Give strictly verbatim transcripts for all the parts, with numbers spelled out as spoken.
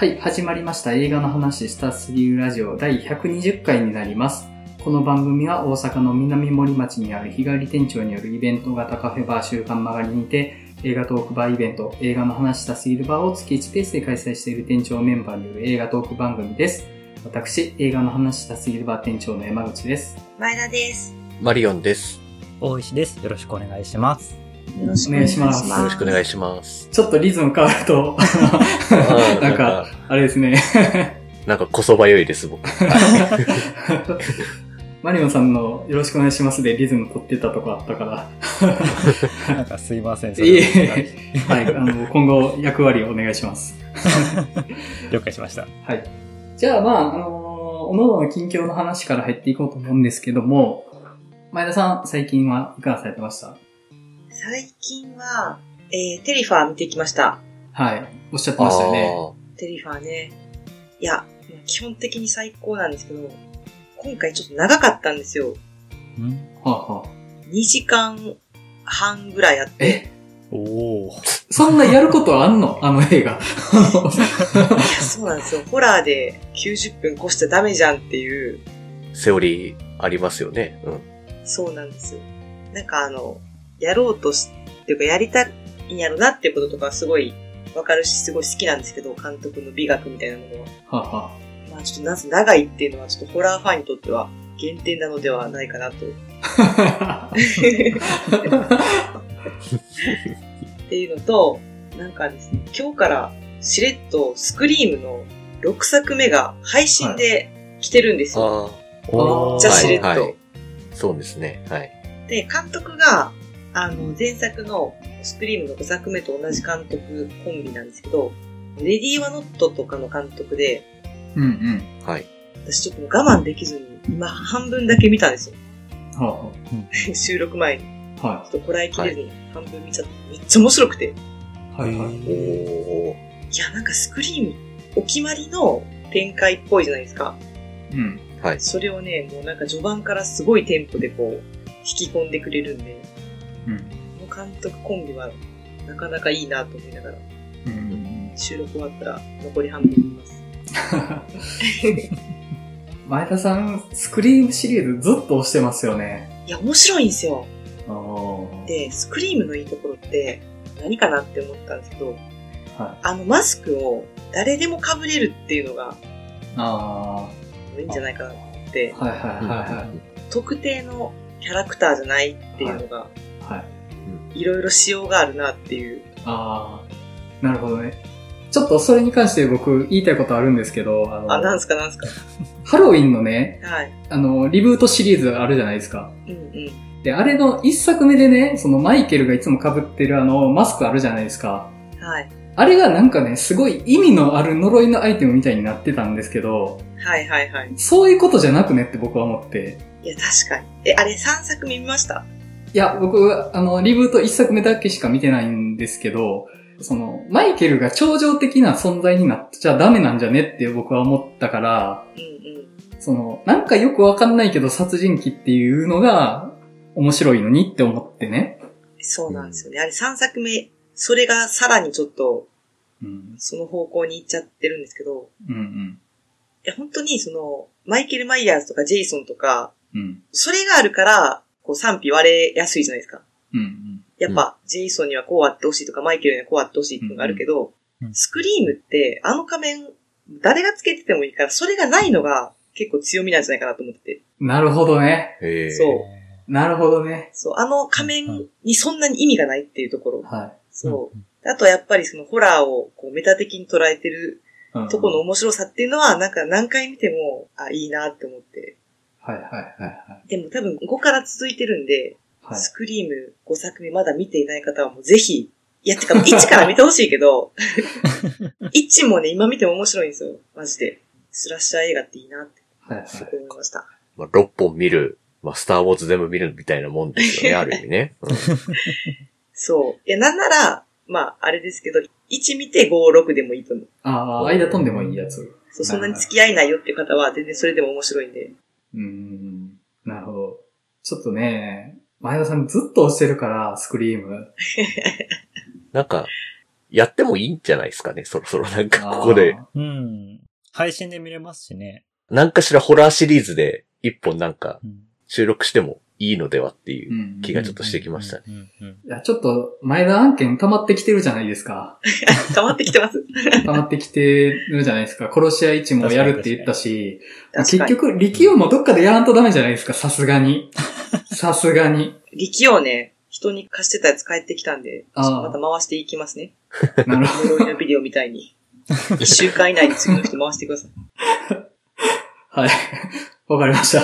はい、始まりました。映画の話したすぎるラジオだいひゃくにじゅっかいになります。この番組は大阪の南森町にある日帰り店長によるイベント型カフェバー週刊曲がりにて、映画トークバーイベント、映画の話したすぎるバーを月いちペースで開催している店長メンバーによる映画トーク番組です。私、映画の話したすぎるバー店長の山口です。 前田です。 マリオンです。 大石です。よろしくお願いします。 よろしくお願いします。 よろしくお願いします。 ちょっとリズム変わると、なんか、あれですね。 なんかこそばよいです、僕。 マリオンさんのよろしくお願いしますでリズム取ってたとこあったから。 なんかすいません。 いえいえ。はい、あの、今後役割をお願いします。 了解しました。 はい。じゃあまあ、あのー、おのおの近況の話から入っていこうと思うんですけども、前田さん、最近はいかがされてました？ 最近は、えー、テリファー見てきました。 はい。おっしゃってましたよね。 テリファーね。いや、基本的に最高なんですけど、今回ちょっと長かったんですよ。 んはあ、はあ、 にじかんはんぐらいあって。 えおー。 そんなやることあんの？あの映画。いや、 そうなんですよ。ホラーできゅうじゅっぷん越しちゃダメじゃんっていう。 セオリーありますよね。うん。 そうなんですよ。なんかあの、やろうとし、っていうかやりたいんやろなっていうこととかすごいわかるし、すごい好きなんですけど、監督の美学みたいなものは。 はあ、はあ、まあちょっとなぜ長いっていうのはちょっとホラーファンにとっては減点なのではないかなと。っていうのと、なんかですね、今日からしれっとスクリームのろくさくめが配信で来てるんですよ。 はい、 めっちゃしれっと、はいはい。 そうですね。はい。 で、監督が、あの、前作のスクリームのごさくめと同じ監督コンビなんですけど、レディー・ワ・ノットとかの監督で、 うんうん。 はい。 私ちょっと我慢できずに、今半分だけ見たんですよ。はあはあ、収録前に。はい。ちょっとこらえきれずに半分見ちゃって、めっちゃ面白くて。 はいはい。 おいや、なんかスクリーム、お決まりの展開っぽいじゃないですか。 うん。 はい。 それをね、もうなんか序盤からすごいテンポでこう、引き込んでくれるんで、うん。この監督コンビはなかなかいいなと思いながら、うん、収録終わったら残り半分見ます。 前田さん、スクリームシリーズずっと押してますよね。 いや、面白いんですよ。で、スクリームのいいところって何かなって思ったんですけど、はい、あのマスクを誰でも被れるっていうのが、あいいんじゃないかなって。はいはいはいはい。特定のキャラクターじゃないっていうのが、はいはい、いろいろ仕様があるなっていう。ああ、なるほどね。ちょっとそれに関して僕言いたいことあるんですけど、 あの、あ、なんすかなんすか。 ハロウィンのね、 はい、 あの、リブートシリーズあるじゃないですか。 うんうん。 で、あれの一作目でね、そのマイケルがいつも被ってるあの、マスクあるじゃないですか。 はい。 あれがなんかね、すごい意味のある呪いのアイテムみたいになってたんですけど、 はいはいはい。 そういうことじゃなくねって僕は思って。 いや、確かに。え、あれさんさくめ見ました？ いや、僕、あの、リブートいっさくめだけしか見てないんですけど、その、マイケルが超常的な存在になっちゃダメなんじゃねって僕は思ったから、うんうん、その、なんかよくわかんないけど殺人鬼っていうのが面白いのにって思ってね。 そうなんですよね。あれさんさくめ、それがさらにちょっと、うん、その方向に行っちゃってるんですけど、うんうん、いや本当にその、マイケル・マイヤーズとかジェイソンとか、うん、それがあるから、こう賛否割れやすいじゃないですか。うんうん、やっぱ、ジェイソンにはこうあってほしいとか、マイケルにはこうあってほしいっていうのがあるけど、うんうん、スクリームって、あの仮面、誰がつけててもいいから、それがないのが結構強みなんじゃないかなと思ってて。 なるほどね。 へそう。 なるほどね。 そう、あの仮面にそんなに意味がないっていうところ。はい。そう。あとはやっぱりそのホラーをこうメタ的に捉えてるところの面白さっていうのは、なんか何回見ても、あ、いいなって思って。 はいはいはいはい。 でも多分ごから続いてるんで、はい、スクリームごさくめまだ見ていない方はもうぜひ、いやてかいちから見てほしいけど、いちもね、今見ても面白いんですよ。マジで。スラッシャー映画っていいなって、はいはい、すごい思いました。 まあ、ろっぽん見る、まあ、スターウォーズ全部見るみたいなもんですよね、ある意味ね。うん、 そう。いや、なんなら、まあ、あれですけど、いち見てご、ろくでもいいと思う。 ああ、間飛んでもいいやつ。 そう、そんなに付き合いないよっていう方は、全然それでも面白いんで。 うーん、なるほど。ちょっとね、前田さんずっと押してるから、スクリーム。 なんか、 やってもいいんじゃないですかね、そろそろなんかここで。 うん。配信で見れますしね。 なんかしらホラーシリーズで一本なんか収録してもいいのではっていう気がちょっとしてきましたね。 いや、ちょっと前田案件溜まってきてるじゃないですか。 溜まってきてます。 溜まってきてるじゃないですか。殺し屋いちもやるって言ったし、結局力王もどっかでやらんとダメじゃないですか、さすがに。さすがに。 力王ね、人に貸してたやつ帰ってきたんで、また回していきますね。なるほど。呪いのビデオみたいに。一週間以内に次の人回してください。 はい。わかりました。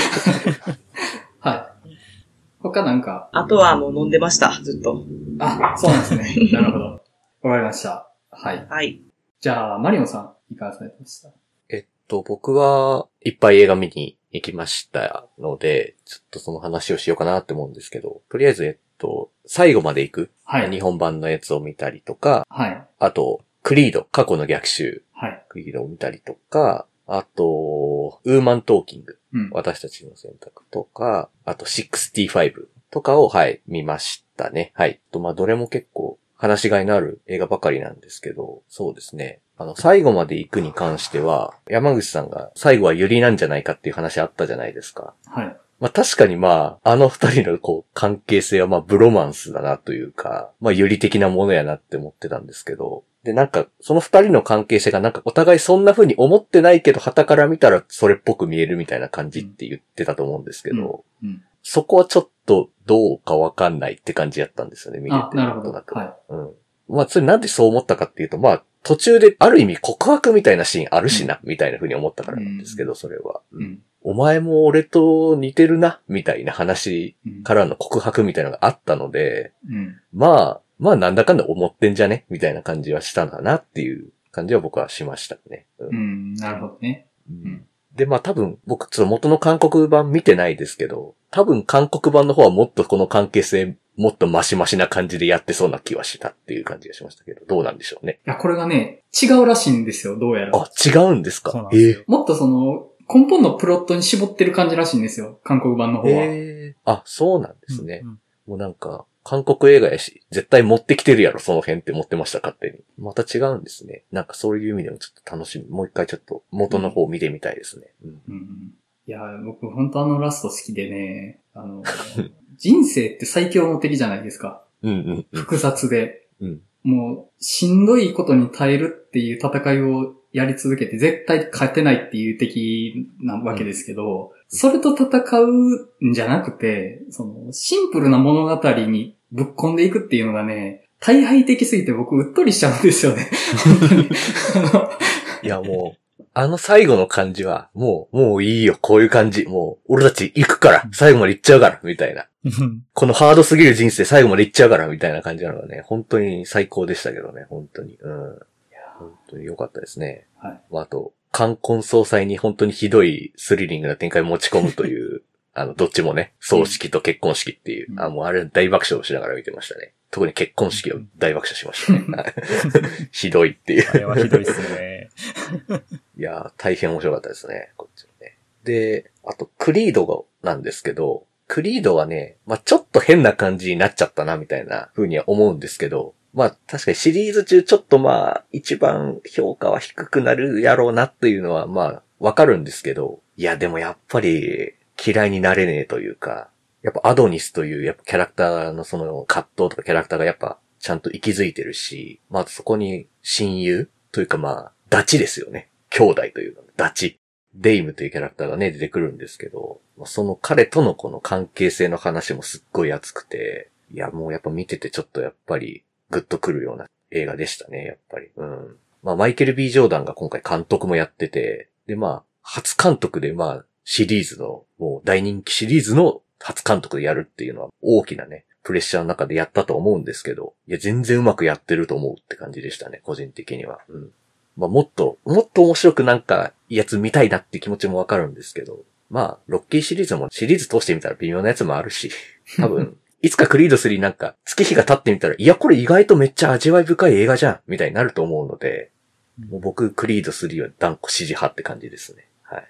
はい。他なんか。 あとはもう飲んでました、ずっと。 あ、そうなんですね。なるほど。わかりました。はい。 はい。 じゃあ、マリオンさん、いかがされてました？ えっと、僕はいっぱい映画見に行きましたので、ちょっとその話をしようかなって思うんですけど、とりあえず、えっと、最後まで行く。はい。日本版のやつを見たりとか、はい。あと、クリード、過去の逆襲。はい。クリードを見たりとか、あと、ウーマントーキング。うん、私たちの選択とか、あとろくじゅうごとかを、はい、見ましたね。はい。と、まあ、どれも結構話しがいのある映画ばかりなんですけど、そうですね。あの、最後まで行くに関しては、山口さんが最後はユリなんじゃないかっていう話あったじゃないですか。はい。まあ、確かにまあ、あの二人のこう、関係性はまあ、ブロマンスだなというか、まあ、ユリ的なものやなって思ってたんですけど、で、なんか、その二人の関係性がなんかお互いそんな風に思ってないけど、傍から見たらそれっぽく見えるみたいな感じって言ってたと思うんですけど、うんうん、そこはちょっとどうかわかんないって感じやったんですよね、見てて。なるほど。はい。うん。まあ、それなんでそう思ったかっていうと、まあ、途中である意味告白みたいなシーンあるしな、うん、みたいな風に思ったからなんですけど、それは。うん、お前も俺と似てるな、みたいな話からの告白みたいなのがあったので、うん、まあ、まあなんだかんだ思ってんじゃねみたいな感じはしたんだなっていう感じは僕はしましたね。うん、うん、なるほどね。うん、で、まあ多分僕ちょっと元の韓国版見てないですけど、多分韓国版の方はもっとこの関係性もっとマシマシな感じでやってそうな気はしたっていう感じがしましたけど、どうなんでしょうね。 いや、これがね、違うらしいんですよ、どうやら。 あ、違うんですか？えー、 もっとその、根本のプロットに絞ってる感じらしいんですよ、韓国版の方は。 えー、あ、そうなんですね。うんうん、もうなんか、韓国映画やし、絶対持ってきてるやろ、その辺って思ってました、勝手に。また違うんですね。なんかそういう意味でもちょっと楽しみ。もう一回ちょっと元の方を見てみたいですね。うんうん、 いや、僕本当あのラスト好きでね、あの、人生って最強の敵じゃないですか。うんうんうん、複雑で、うん。もう、しんどいことに耐えるっていう戦いをやり続けて絶対勝てないっていう敵なわけですけど、うん、それと戦うんじゃなくて、その、シンプルな物語にぶっ込んでいくっていうのがね、大敗的すぎて僕うっとりしちゃうんですよね。本当に。 いやもう、あの最後の感じは、もう、もういいよ、こういう感じ。もう、俺たち行くから、最後まで行っちゃうから、みたいな。このハードすぎる人生最後まで行っちゃうから、みたいな感じなのがね、本当に最高でしたけどね、本当に。うん。いや、本当に良かったですね。はい。あと、冠婚葬祭に本当にひどいスリリングな展開を持ち込むという、あの、どっちもね、葬式と結婚式っていう、うん、あ、もうあれ大爆笑をしながら見てましたね。特に結婚式を大爆笑しましたね。ひどいっていう。 あれはひどいっすね。 いや、大変面白かったですね、こっちもね。で、あと、クリードなんですけど、クリードはね、まあ、ちょっと変な感じになっちゃったな、みたいな風には思うんですけど、まあ、確かにシリーズ中ちょっとまあ、一番評価は低くなるやろうなっていうのはまあ、わかるんですけど、いや、でもやっぱり嫌いになれねえというか、やっぱアドニスというやっぱキャラクターのその葛藤とかキャラクターがやっぱちゃんと息づいてるし、まあそこに親友というかまあ、ダチですよね。兄弟というの。ダチ。デイムというキャラクターがね、出てくるんですけど、その彼とのこの関係性の話もすっごい熱くて、いやもうやっぱ見ててちょっとやっぱりグッとくるような映画でしたね、やっぱり。うん。まあマイケル・ B ・ジョーダンが今回監督もやってて、でまあ、初監督でまあ、シリーズの、もう大人気シリーズの初監督でやるっていうのは大きなね、プレッシャーの中でやったと思うんですけど、いや全然うまくやってると思うって感じでしたね、個人的には。うん。まあもっと、もっと面白くなんか、いいやつ見たいなって気持ちもわかるんですけど、まあ、ロッキーシリーズもシリーズ通してみたら微妙なやつもあるし、多分、いつかクリードスリーなんか月日が経ってみたら、いやこれ意外とめっちゃ味わい深い映画じゃんみたいになると思うので、もう僕クリードスリーは断固支持派って感じですね。はい。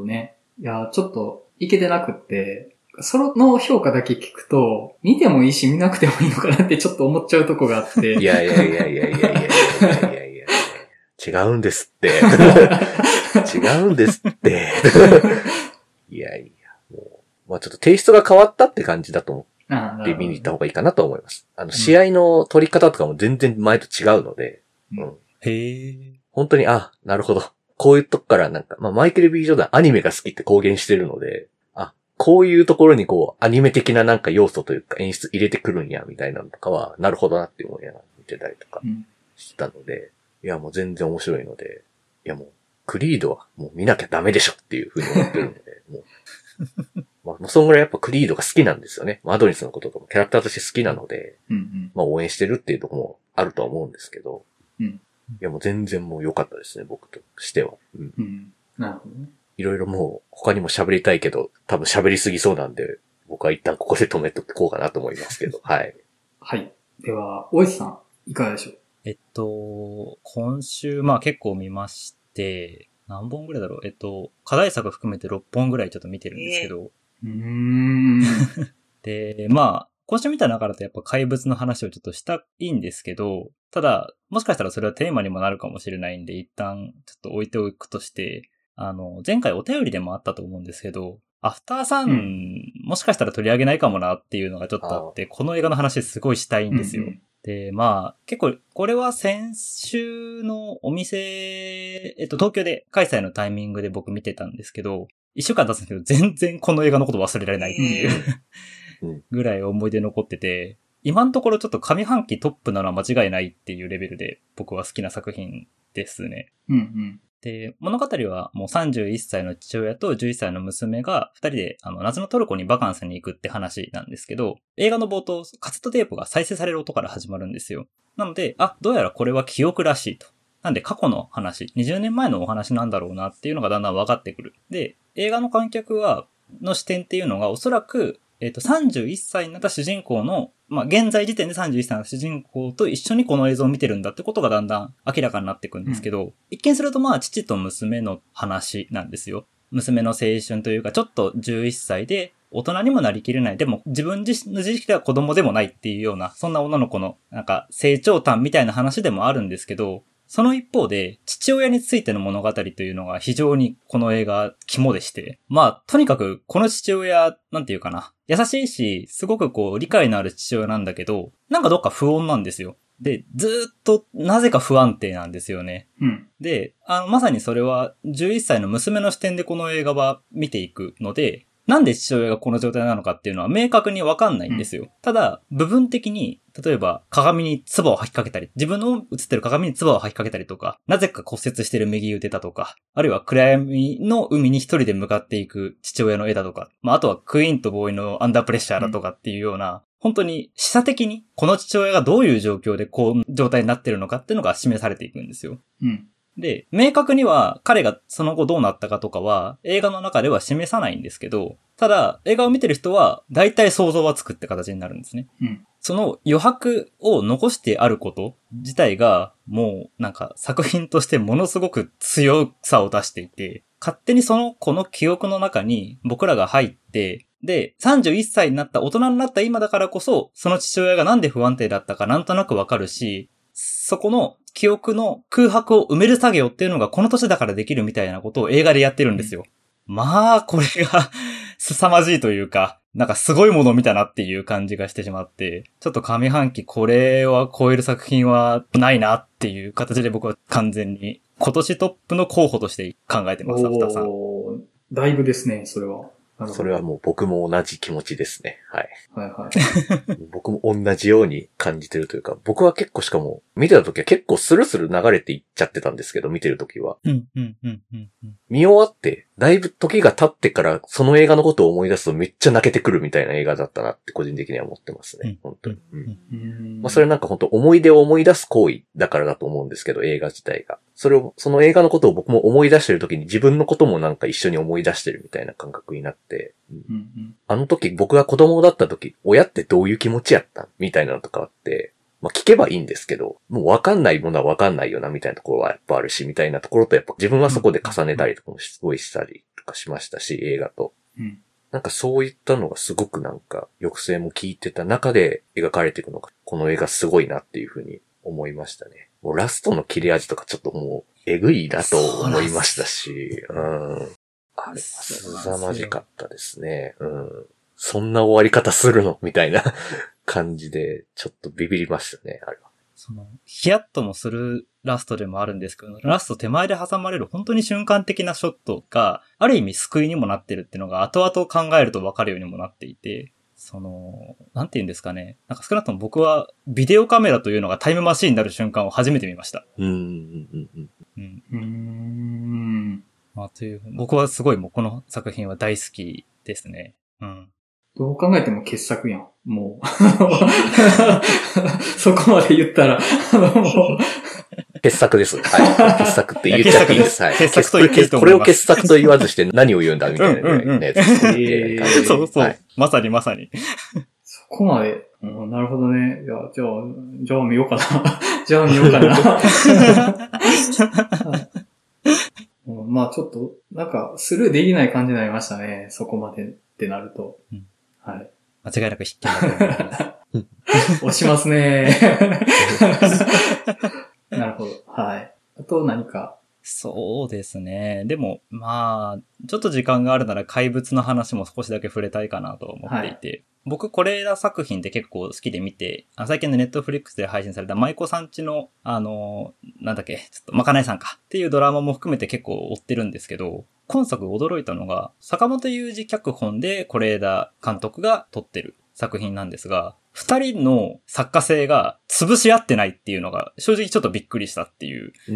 うんうんうん。なるほどね。いや、ちょっといけてなくって、 その評価だけ聞くと、見てもいいし見なくてもいいのかなってちょっと思っちゃうとこがあって。 いやいやいやいやいやいやいやいやいや違うんですって。違うんですって。いやいや、もう、まあちょっとテイストが変わったって感じだと思って見に行った方がいいかなと思います。あの、試合の取り方とかも全然前と違うので、 うんうん、へー。 本当に、あ、なるほど。こういうとこからなんか、まあマイケル・ビー・ジョーダンアニメが好きって公言してるので、あ、こういうところにこう、アニメ的ななんか要素というか演出入れてくるんや、みたいなのとかは、なるほどなって思いながら見てたりとかしたので、うん、いやもう全然面白いので、いやもう、クリードはもう見なきゃダメでしょっていうふうに思ってるので、もう、まあ、そんぐらいやっぱクリードが好きなんですよね。アドニスのこととかキャラクターとして好きなので、うんうん、まあ応援してるっていうところもあるとは思うんですけど、うん、いやもう全然もう良かったですね、僕としては。うんうん、なるほどね。 いろいろもう他にも喋りたいけど、多分喋りすぎそうなんで、僕は一旦ここで止めとこうかなと思いますけど、はい。 はい。では、大石さん、いかがでしょう？ えっと、今週、まあ結構見まして、何本ぐらいだろうえっと、課題作含めてろっぽんぐらいちょっと見てるんですけど。 うーんで、まあ、今週見た中だとやっぱ怪物の話をちょっとしたいんですけど、ただ、もしかしたらそれはテーマにもなるかもしれないんで、一旦ちょっと置いておくとして、あの、前回お便りでもあったと思うんですけど、アフターサン、うん、もしかしたら取り上げないかもなっていうのがちょっとあって、この映画の話すごいしたいんですよ。うんうん、で、まあ、結構、これは先週のお店、えっと、東京で開催のタイミングで僕見てたんですけど、一週間経つんですけど、全然この映画のこと忘れられないっていうぐらい思い出残ってて、今のところちょっと上半期トップなのは間違いないっていうレベルで僕は好きな作品ですね。 うんうん。 で、物語はもうさんじゅういっさいの父親とじゅういっさいの娘がふたりであの夏のトルコにバカンスに行くって話なんですけど、映画の冒頭、カセットテープが再生される音から始まるんですよ。なので、あ、どうやらこれは記憶らしいと。なんで過去の話、にじゅうねんまえのお話なんだろうなっていうのがだんだん分かってくる。で、映画の観客は、の視点っていうのがおそらく、えっと、さんじゅういっさいになった主人公の、まあ、現在時点でさんじゅういっさいの主人公と一緒にこの映像を見てるんだってことがだんだん明らかになっていくんですけど、うん、一見するとまあ、父と娘の話なんですよ。娘の青春というか、ちょっとじゅういっさいで、大人にもなりきれない。でも、自分自身の自識では子供でもないっていうような、そんな女の子の、なんか、成長譚みたいな話でもあるんですけど、その一方で、父親についての物語というのが非常にこの映画肝でして、まあ、とにかくこの父親、なんていうかな、優しいし、すごくこう理解のある父親なんだけど、なんかどっか不穏なんですよ。で、ずーっとなぜか不安定なんですよね。 うん、 で、あの、まさにそれはじゅういっさいの娘の視点でこの映画は見ていくので、なんで父親がこの状態なのかっていうのは明確にわかんないんですよ。うん、ただ、部分的に、例えば鏡に唾を吐きかけたり、自分の映ってる鏡に唾を吐きかけたりとか、なぜか骨折してる右腕だとか、あるいは暗闇の海に一人で向かっていく父親の絵だとか、まあ、あとはクイーンとボーイのアンダープレッシャーだとかっていうような、うん、本当に示唆的にこの父親がどういう状況でこう状態になってるのかっていうのが示されていくんですよ。 うんで、明確には彼がその後どうなったかとかは映画の中では示さないんですけど、ただ映画を見てる人は大体想像はつくって形になるんですね。 うん、 その余白を残してあること自体がもうなんか作品としてものすごく強さを出していて、勝手にその子の記憶の中に僕らが入って、で、さんじゅういっさいになった大人になった今だからこそ、その父親がなんで不安定だったかなんとなくわかるし、そこの記憶の空白を埋める作業っていうのがこの年だからできるみたいなことを映画でやってるんですよ。まあ、これが凄まじいというか、なんかすごいものを見たなっていう感じがしてしまって、ちょっと上半期これは超える作品はないなっていう形で僕は完全に今年トップの候補として考えてます、アフターさん。 だいぶですね、それは。 それはもう僕も同じ気持ちですね。はい。 はいはい。 僕も同じように感じてるというか、僕は結構しかも、見てた時は結構スルスル流れていっちゃってたんですけど、見てる時は。 うんうんうんうんうん。 見終わって、だいぶ時が経ってからその映画のことを思い出すとめっちゃ泣けてくるみたいな映画だったなって個人的には思ってますね。うん、本当に。うん。うん、まあそれなんか本当思い出を思い出す行為だからだと思うんですけど、映画自体が。それを、その映画のことを僕も思い出してる時に自分のこともなんか一緒に思い出してるみたいな感覚になって、 うんうん、 あの時僕が子供だった時、親ってどういう気持ちやったみたいなのとかあって、まあ聞けばいいんですけど、もうわかんないものはわかんないよなみたいなところはやっぱあるし、みたいなところとやっぱ自分はそこで重ねたりとかもすごいしたりとかしましたし、映画と。 うん、 なんかそういったのがすごくなんか抑制も効いてた中で描かれていくのが、この映画すごいなっていうふうに思いましたね。もうラストの切れ味とかちょっともうえぐいなと思いましたし、うん。あれは凄まじかったですね。うん。そんな終わり方するのみたいな感じで、ちょっとビビりましたね、あれは。 その、ヒヤッともするラストでもあるんですけど、ラスト手前で挟まれる本当に瞬間的なショットが、ある意味救いにもなってるっていうのが後々考えると分かるようにもなっていて、その、なんて言うんですかね。なんか少なくとも僕はビデオカメラというのがタイムマシーンになる瞬間を初めて見ました。 うん、うん、うん。 うん。うん。 まあ、という、僕はすごいもうこの作品は大好きですね。うん。 どう考えても傑作やん。もう。そこまで言ったら、もう。傑作です。はい。傑作って言っちゃっていいです。はい。 傑作と言っていいと思います。これを傑作と言わずして何を言うんだみたいなね。 そうそう、はい。まさにまさに。 そこまで、うん、なるほどね。いや、じゃあ、じゃあ見ようかな。じゃあ見ようかな。まあちょっと、なんか、スルーできない感じになりましたね。そこまでってなると。 うん、 はい。 間違いなく必見だと思います。 押しますね。なるほど。はい。あと何か。 そうですね。でも、まあ、ちょっと時間があるなら怪物の話も少しだけ触れたいかなと思っていて。はい、僕、是枝作品って結構好きで見て、最近のネットフリックスで配信された舞妓さんちの、あの、なんだっけ、ちょっとまかないさんかっていうドラマも含めて結構追ってるんですけど、今作驚いたのが、坂本雄二脚本で是枝監督が撮ってる作品なんですが、二人の作家性が潰し合ってないっていうのが正直ちょっとびっくりしたっていう。 うん、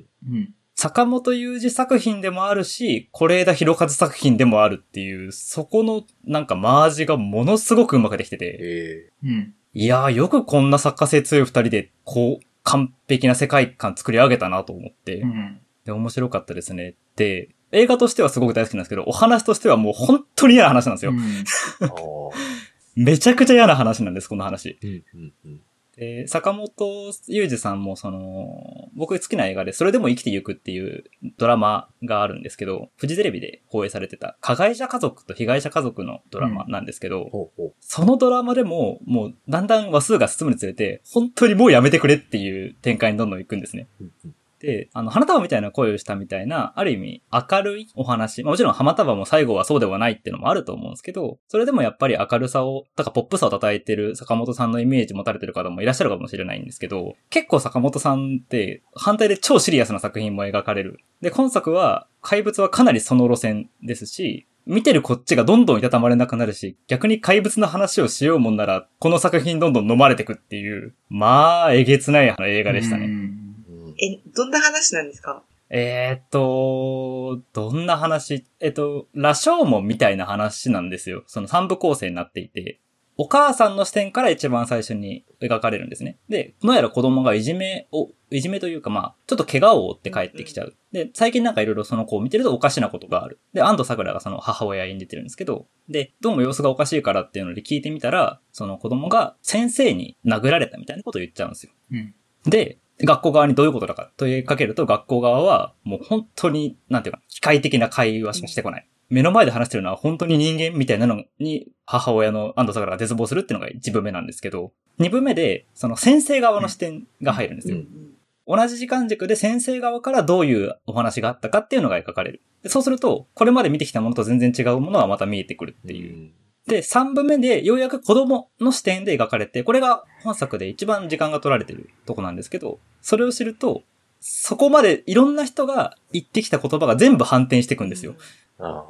うん、 坂本雄二作品でもあるし、是枝裕和作品でもあるっていう、そこのなんかマージがものすごくうまくできてて。 えーうん、 いやーよくこんな作家性強い二人でこう完璧な世界観作り上げたなと思って。 うん、 で、面白かったですね。で、映画としてはすごく大好きなんですけど、お話としてはもう本当に嫌な話なんですよ。うんめちゃくちゃ嫌な話なんです、この話。 うんうんうん、 で、坂本雄二さんもその、僕好きな映画で、それでも生きてゆくっていうドラマがあるんですけど、フジテレビで放映されてた、加害者家族と被害者家族のドラマなんですけど、うん、 ほうほうそのドラマでも、もうだんだん話数が進むにつれて、本当にもうやめてくれっていう展開にどんどん行くんですね。 うんうんで、あの、花束みたいな声をしたみたいな、ある意味明るいお話。まあ、もちろん花束も最後はそうではないっていうのもあると思うんですけど、それでもやっぱり明るさを、だからポップさを叩いてる坂本さんのイメージ持たれてる方もいらっしゃるかもしれないんですけど、結構坂本さんって反対で超シリアスな作品も描かれる。で、今作は怪物はかなりその路線ですし、見てるこっちがどんどんいたたまれなくなるし、逆に怪物の話をしようもんなら、この作品どんどん飲まれてくっていう、まあ、えげつない映画でしたね。 え、どんな話なんですか？ えーっと、どんな話えっと、羅生門みたいな話なんですよ。その三部構成になっていて。お母さんの視点から一番最初に描かれるんですね。で、どうやら子供がいじめを、いじめというかまあ、ちょっと怪我を負って帰ってきちゃう。で、最近なんかいろいろその子を見てるとおかしなことがある。で、安藤桜がその母親演じてるんですけど、で、どうも様子がおかしいからっていうので聞いてみたら、その子供が先生に殴られたみたいなことを言っちゃうんですよ。 うん、 で、学校側にどういうことだか問いかけると、学校側はもう本当に、なんていうか、機械的な会話しかしてこない。目の前で話してるのは本当に人間みたいなのに母親の安藤桜が絶望するっていうのが一部目なんですけど、二部目でその先生側の視点が入るんですよ。うん、同じ時間軸で先生側からどういうお話があったかっていうのが描かれる。でそうすると、これまで見てきたものと全然違うものがまた見えてくるっていう。うんで、三部目でようやく子供の視点で描かれて、これが本作で一番時間が取られてるとこなんですけど、それを知ると、そこまでいろんな人が言ってきた言葉が全部反転していくんですよ。 あ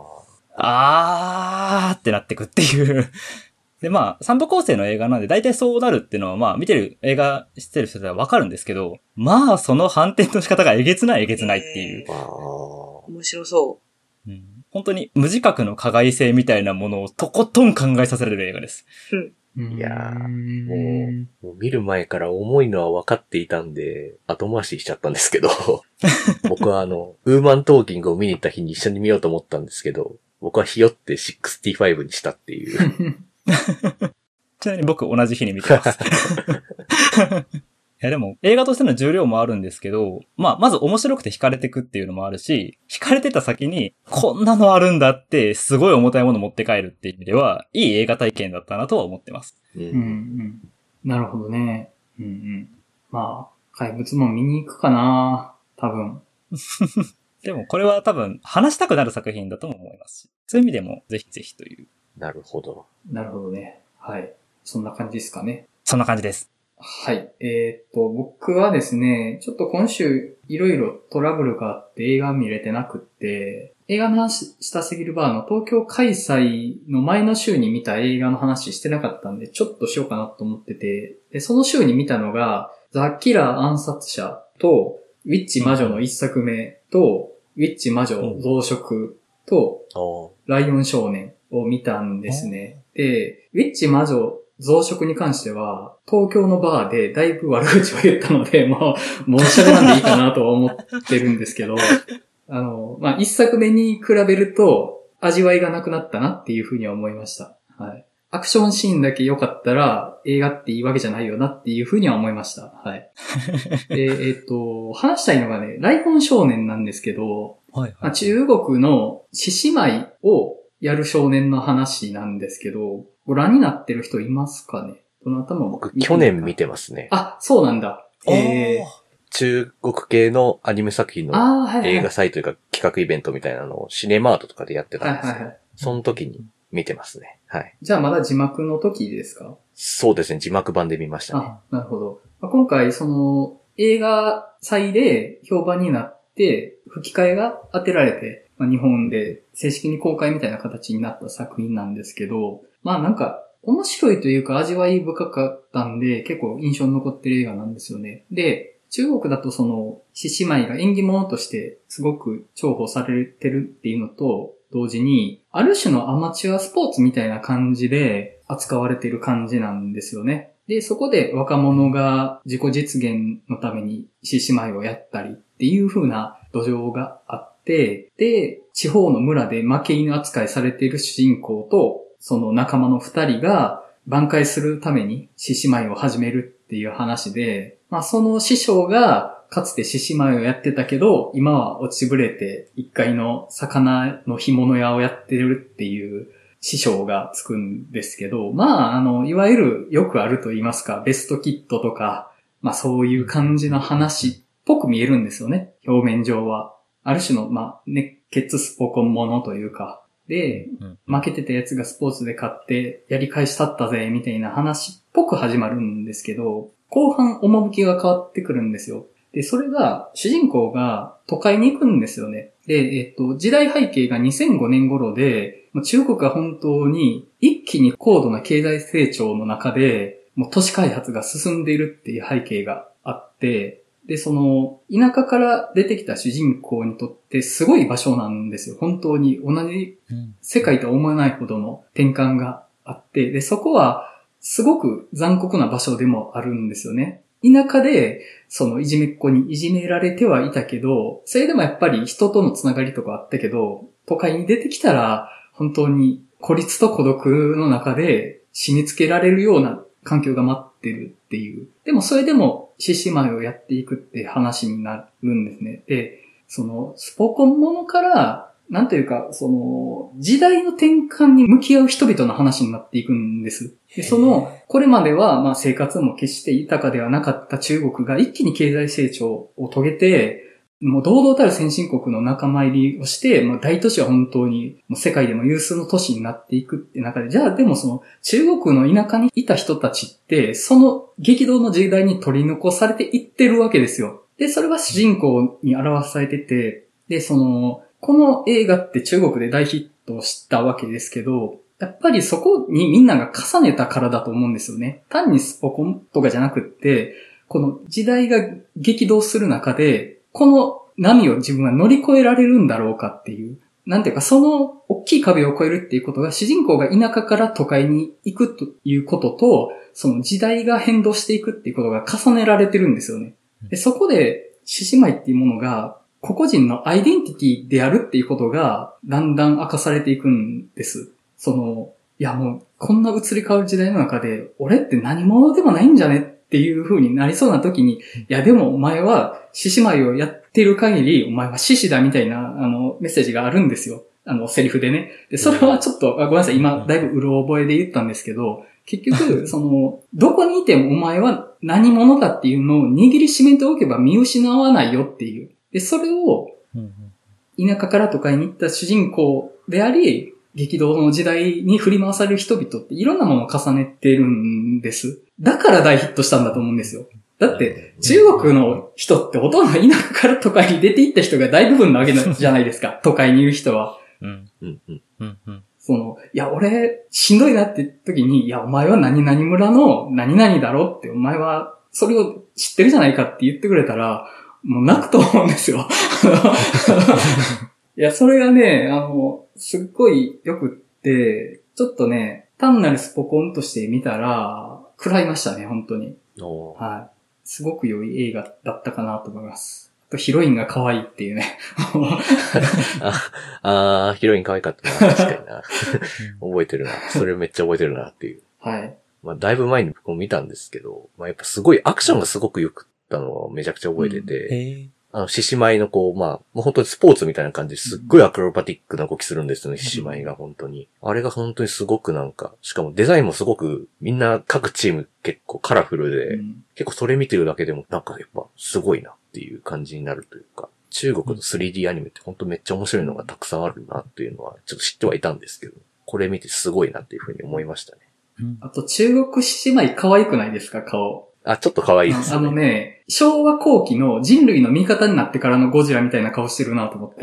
あーってなってくっていう。で、まあ、三部構成の映画なんで大体そうなるっていうのは、まあ、見てる映画知ってる人ではわかるんですけど、まあ、その反転の仕方がえげつないえげつないっていう。 面白そう。 うん本当に無自覚の加害性みたいなものをとことん考えさせられる映画です。 うん、いやー、もう、もう見る前から重いのは分かっていたんで、後回ししちゃったんですけど、僕はあの、ウーマントーキングを見に行った日に一緒に見ようと思ったんですけど、僕はひよってろくじゅうごにしたっていう。 ちなみに僕同じ日に見てます。 やでも、映画としての重量もあるんですけど、まあ、まず面白くて惹かれてくっていうのもあるし、惹かれてた先に、こんなのあるんだって、すごい重たいもの持って帰るっていう意味では、いい映画体験だったなとは思ってます。 うん、うん。なるほどね。うんうん。まあ、怪物も見に行くかな多分。 でもこれは多分話したくなる作品だとも思いますし、そういう意味でもぜひぜひという。 なるほど。 なるほどね。はい。そんな感じですかね。 そんな感じです。 はい。えー、っと、僕はですね、ちょっと今週いろいろトラブルがあって映画見れてなくって、映画の話したすぎるバーの東京開催の前の週に見た映画の話してなかったんで、ちょっとしようかなと思ってて、で、その週に見たのが、ザ・キラー暗殺者と、ウィッチ魔女の一作目と、ウィッチ魔女増殖と、ライオン少年を見たんですね。で、ウィッチ魔女増殖に関しては、東京のバーでだいぶ悪口を言ったので、まあ、申し訳なんでいいかなとは思ってるんですけど、あの、まあ、一作目に比べると、味わいがなくなったなっていうふうには思いました。はい。アクションシーンだけ良かったら、映画っていいわけじゃないよなっていうふうには思いました。はい。で、えっと、話したいのがね、ライオン少年なんですけど、はいはいまあ、中国の獅子舞をやる少年の話なんですけど、ご覧になってる人いますかね？どなたも。 僕、去年見てますね。 あ、そうなんだ。 えー、中国系のアニメ作品の映画祭というか企画イベントみたいなのをシネマートとかでやってたんですよ。はいはいはい、その時に見てますね。はい。 じゃあまだ字幕の時ですか？ そうですね。字幕版で見ましたね。 あ、なるほど。今回、その、映画祭で評判になって、吹き替えが当てられて、まあ、日本で正式に公開みたいな形になった作品なんですけど、まあなんか、面白いというか味わい深かったんで、結構印象に残ってる映画なんですよね。で、中国だとその、獅子舞が演技物としてすごく重宝されてるっていうのと、同時に、ある種のアマチュアスポーツみたいな感じで扱われてる感じなんですよね。で、そこで若者が自己実現のために獅子舞をやったりっていう風な土壌があって、で、地方の村で負け犬扱いされている主人公と、その仲間の二人が挽回するために獅子舞を始めるっていう話で、まあその師匠がかつて獅子舞をやってたけど、今は落ちぶれて一階の魚の干物屋をやってるっていう師匠がつくんですけど、まああの、いわゆるよくあると言いますか、ベストキットとか、まあそういう感じの話っぽく見えるんですよね、表面上は。ある種の、まあ、熱血スポコンものというか、で、負けてたやつがスポーツで勝って、やり返し立ったぜ、みたいな話っぽく始まるんですけど、後半、趣が変わってくるんですよ。で、それが、主人公が都会に行くんですよね。で、えっと、時代背景がにせんごねん頃で、中国が本当に一気に高度な経済成長の中で、もう都市開発が進んでいるっていう背景があって、で、その、田舎から出てきた主人公にとってすごい場所なんですよ。本当に同じ世界とは思えないほどの転換があって、で、そこはすごく残酷な場所でもあるんですよね。田舎で、そのいじめっ子にいじめられてはいたけど、それでもやっぱり人とのつながりとかあったけど、都会に出てきたら、本当に孤立と孤独の中で死につけられるような環境が待ってるっていう。でもそれでも獅子舞をやっていくって話になるんですね。で、そのスポコンものから、なんというか、その時代の転換に向き合う人々の話になっていくんです。で、その、これまではまあ生活も決して豊かではなかった中国が一気に経済成長を遂げて、もう堂々たる先進国の仲間入りをして、もう大都市は本当にもう世界でも有数の都市になっていくって中で、じゃあでもその中国の田舎にいた人たちって、その激動の時代に取り残されていってるわけですよ。で、それは主人公に表されてて、で、その、この映画って中国で大ヒットしたわけですけど、やっぱりそこにみんなが重ねたからだと思うんですよね。単にスポコンとかじゃなくって、この時代が激動する中で、この波を自分は乗り越えられるんだろうかっていう。なんていうか、その大きい壁を越えるっていうことが、主人公が田舎から都会に行くということと、その時代が変動していくっていうことが重ねられてるんですよね。で、そこで、獅子舞っていうものが、個々人のアイデンティティであるっていうことが、だんだん明かされていくんです。その、いやもう、こんな移り変わる時代の中で、俺って何者でもないんじゃねっっていう風になりそうな時に、いやでもお前は獅子舞をやってる限り、お前は獅子だみたいな、あの、メッセージがあるんですよ。あの、セリフでね。で、それはちょっと、あごめんなさい、今、だいぶうろ覚えで言ったんですけど、結局、その、どこにいてもお前は何者だっていうのを握りしめておけば見失わないよっていう。で、それを、田舎から都会に行った主人公であり、激動の時代に振り回される人々っていろんなものを重ねてるんです。だから大ヒットしたんだと思うんですよ。だって、中国の人ってほとんど田舎から都会に出て行った人が大部分なわけじゃないですか。都会にいる人は。 うんうんうんうん、 その、いや、俺、しんどいなって時に、いや、お前は何々村の何々だろって、お前はそれを知ってるじゃないかって言ってくれたら、もう泣くと思うんですよ。いや、それがね、あの、すっごい良くって、ちょっとね、単なるスポコンとして見たら、食らいましたね、本当に。はい。すごく良い映画だったかなと思います。あとヒロインが可愛いっていうね。 ああ、ヒロイン可愛かったな、確かにな。覚えてるな。それめっちゃ覚えてるなっていう。 はい。 まあ、だいぶ前に僕も見たんですけど、まあ、やっぱすごいアクションがすごく良くったのをめちゃくちゃ覚えてて、うんあの、獅子舞のこう、まあ、もう本当にスポーツみたいな感じですっごいアクロバティックな動きするんですよね、獅子舞が本当に。あれが本当にすごくなんか、しかもデザインもすごく、みんな各チーム結構カラフルで、うん、結構それ見てるだけでもなんかやっぱすごいなっていう感じになるというか、中国の スリーディー アニメって本当めっちゃ面白いのがたくさんあるなっていうのはちょっと知ってはいたんですけど、これ見てすごいなっていうふうに思いましたね。 うん、あと中国獅子舞可愛くないですか、顔。 あ、ちょっと可愛いですね。 あのね、昭和後期の人類の味方になってからのゴジラみたいな顔してるなと思って。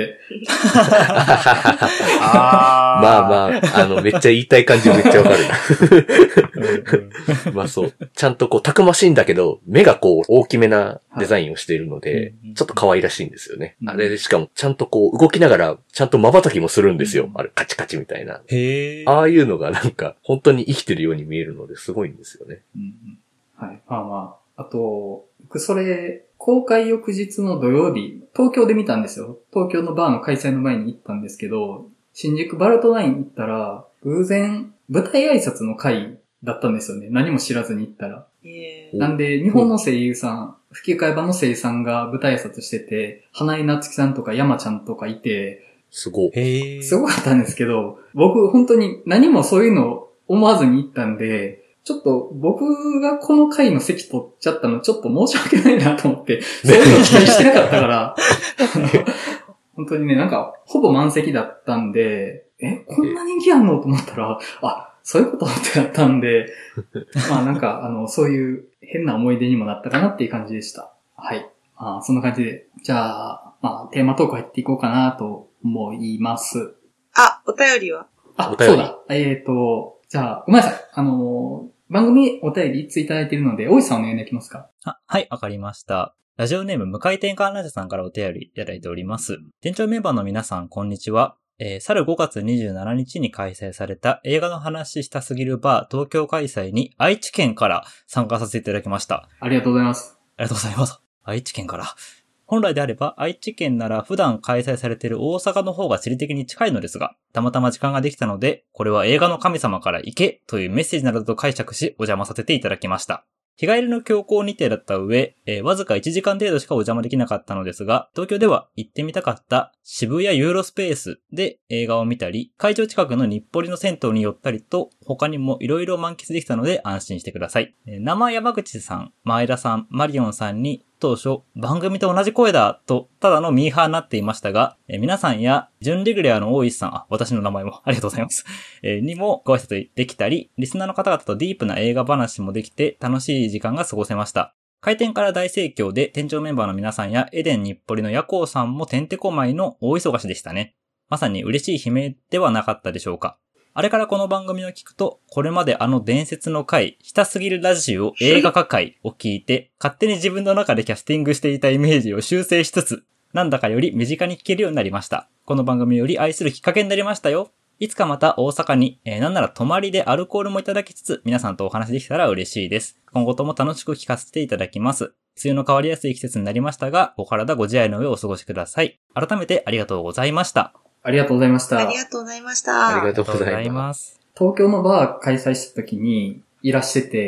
あまあまあ、あの、めっちゃ言いたい感じめっちゃわかるな。まあそう。ちゃんとこう、たくましいんだけど、目がこう、大きめなデザインをしているので、はい、ちょっと可愛らしいんですよね。うん、あれでしかも、ちゃんとこう、動きながら、ちゃんと瞬きもするんですよ。うん、あれ、カチカチみたいな。 へああいうのがなんか、本当に生きてるように見えるので、すごいんですよね。 うんはい。まあまあ。あと、僕それ、公開翌日の土曜日、東京で見たんですよ。東京のバーの開催の前に行ったんですけど、新宿バルトナイン行ったら、偶然、舞台挨拶の回だったんですよね。何も知らずに行ったら。なんで、日本の声優さん、吹き替え版の声優さんが舞台挨拶してて、花井夏樹さんとか山ちゃんとかいて、 すごい。すごかったんですけど、僕本当に何もそういうの思わずに行ったんで、ちょっと僕がこの回の席取っちゃったのちょっと申し訳ないなと思って、そういうの期待してなかったから、本当にね、なんかほぼ満席だったんで、え、こんな人気あんのと思ったら、あ、そういうことってなったんで、まあなんかあの、そういう変な思い出にもなったかなっていう感じでした。はい。まあそんな感じで、じゃあ、まあテーマトーク入っていこうかなと思います。 あ、お便りはあ、そうだ。えっと、じゃあ、ごめんなさい。あのー、番組お便りいついただいているので、大石さんお願いできますか？ あ、はい、わかりました。ラジオネーム、向井転換ラジオさんからお便りいただいております。店長メンバーの皆さん、こんにちは。えー、去るごがつにじゅうしちにちに開催された映画の話したすぎるバー東京開催に愛知県から参加させていただきました。 ありがとうございます。 ありがとうございます。愛知県から。本来であれば愛知県なら普段開催されている大阪の方が地理的に近いのですが、たまたま時間ができたので、これは映画の神様から行けというメッセージなどと解釈しお邪魔させていただきました。日帰りの強行日程だった上、えー、わずかいちじかん程度しかお邪魔できなかったのですが、東京では行ってみたかった渋谷ユーロスペースで映画を見たり、会場近くの日暮里の銭湯に寄ったりと、他にも色々満喫できたので安心してください。えー、生山口さん、前田さん、マリオンさんに当初番組と同じ声だとただのミーハーになっていましたが、えー、皆さんや準レギュラーの大石さん、あ、私の名前もありがとうございます、えー、にもご挨拶できたり、リスナーの方々とディープな映画話もできて楽しい時間が過ごせました。開店から大盛況で店長メンバーの皆さんやエデン日暮里の夜行さんもてんてこまいの大忙しでしたね。まさに嬉しい悲鳴ではなかったでしょうか。あれからこの番組を聞くと、これまであの伝説の回、したすぎるラジオ映画化回を聞いて、勝手に自分の中でキャスティングしていたイメージを修正しつつ、なんだかより身近に聞けるようになりました。この番組より愛するきっかけになりましたよ。いつかまた大阪に、えー、なんなら泊まりでアルコールもいただきつつ、皆さんとお話できたら嬉しいです。今後とも楽しく聞かせていただきます。梅雨の変わりやすい季節になりましたが、お体ご自愛の上お過ごしください。改めてありがとうございました。 ありがとうございました。 ありがとうございました。 ありがとうございます。 東京のバー開催した時にいらしてて、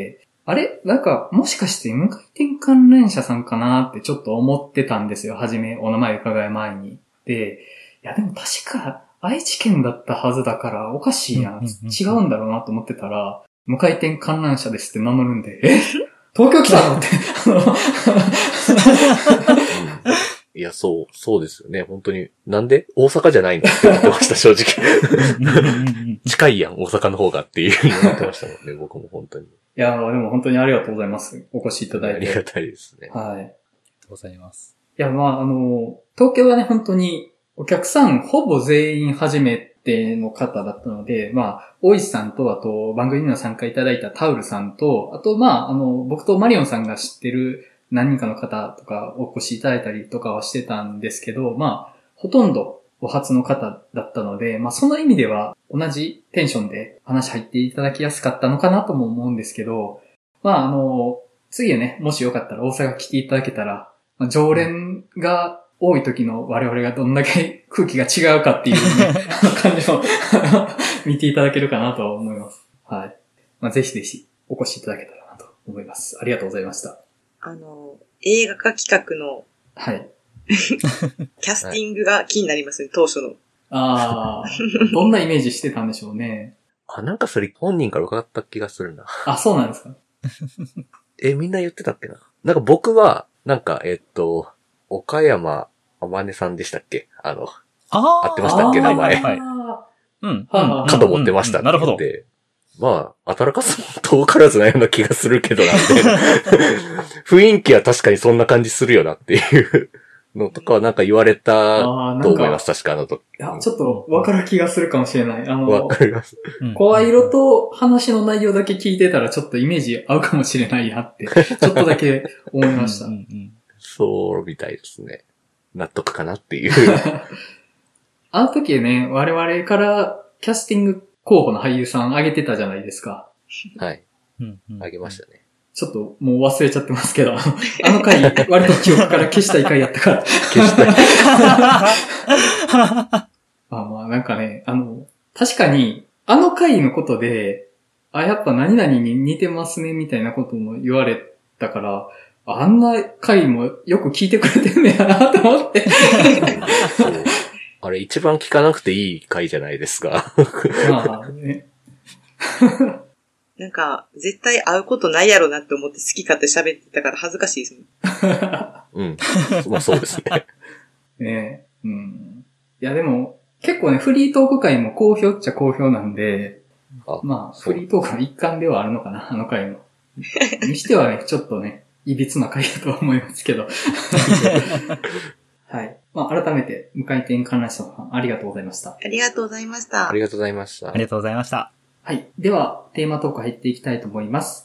あれなんか、もしかして無回転関連者さんかなってちょっと思ってたんですよ。はじめ、お名前伺う前に。で、いやでも確か、愛知県だったはずだからおかしいやん。違うんだろうなと思ってたら、無回転観覧車ですって名乗るんで、え東京来たのって。 いや、そう、そうですよね。本当に。なんで大阪じゃないんだって思ってました、正直。近いやん、大阪の方がっていうふうに思ってましたもんね、僕も本当に。いや、でも本当にありがとうございます。お越しいただいて。 ありがたいですね。 はい。ありがとうございます。 いや、まあ、あの、東京はね、本当に、お客さんほぼ全員初めての方だったので、まあ、大石さんと、あと、番組にも参加いただいたタウルさんと、あと、まあ、あの、僕とマリオンさんが知ってる何人かの方とかお越しいただいたりとかはしてたんですけど、まあ、ほとんどお初の方だったので、まあ、その意味では同じテンションで話入っていただきやすかったのかなとも思うんですけど、まあ、あの、次はね、もしよかったら大阪来ていただけたら、まあ、常連が多い時の我々がどんだけ空気が違うかっていう、ね、感じを見ていただけるかなと思います。はい。まあ、ぜひぜひお越しいただけたらなと思います。ありがとうございました。 あの、映画化企画の、 はい。 キャスティングが気になりますね、当初の。 ああ、どんなイメージしてたんでしょうね。 あ、なんかそれ本人から伺った気がするな。 あ、そうなんですか。 え、みんな言ってたっけな。なんか僕は、なんか、えっと、岡山あまねさんでしたっけあの、 あ合ってましたっけ名前。 はいはい。うん。 かと思ってましたって言って。なるほど。まあ、あたらかすも遠からずなような気がするけどなって。雰囲気は確かにそんな感じするよなっていうのとかはなんか言われたと思います、確かあの時。 いや、ちょっとわかる気がするかもしれない。あの、 わかります。 声色と話の内容だけ聞いてたらちょっとイメージ合うかもしれないなって、ちょっとだけ思いました。うんうん、 そうみたいですね。納得かなっていう。 あの時ね、我々からキャスティング候補の俳優さん挙げてたじゃないですか。 はい。挙げましたね。 ちょっともう忘れちゃってますけど、あの回、割と記憶から消したい回やったから。消したい。あまあなんかね、あの、確かに、あの回のことで、あ、やっぱ何々に似てますね、みたいなことも言われたから、あんな回もよく聞いてくれてるんやなと思って。 そう。あれ一番聞かなくていい回じゃないですか。 まあね。 なんか、絶対会うことないやろなって思って好き勝手喋ってたから恥ずかしいですね。 うん。まあそうですね。 ねえ。うん。いやでも、結構ね、フリートーク回も好評っちゃ好評なんで、あまあ、フリートークの一環ではあるのかな、あの回も。にしてはね、ちょっとね、いびつな回だとは思いますけど。はい。まあ、改めて、無回転観覧車さん、ありがとうございました。 ありがとうございました。 ありがとうございました。 ありがとうございました。 はい。では、テーマトーク入っていきたいと思います。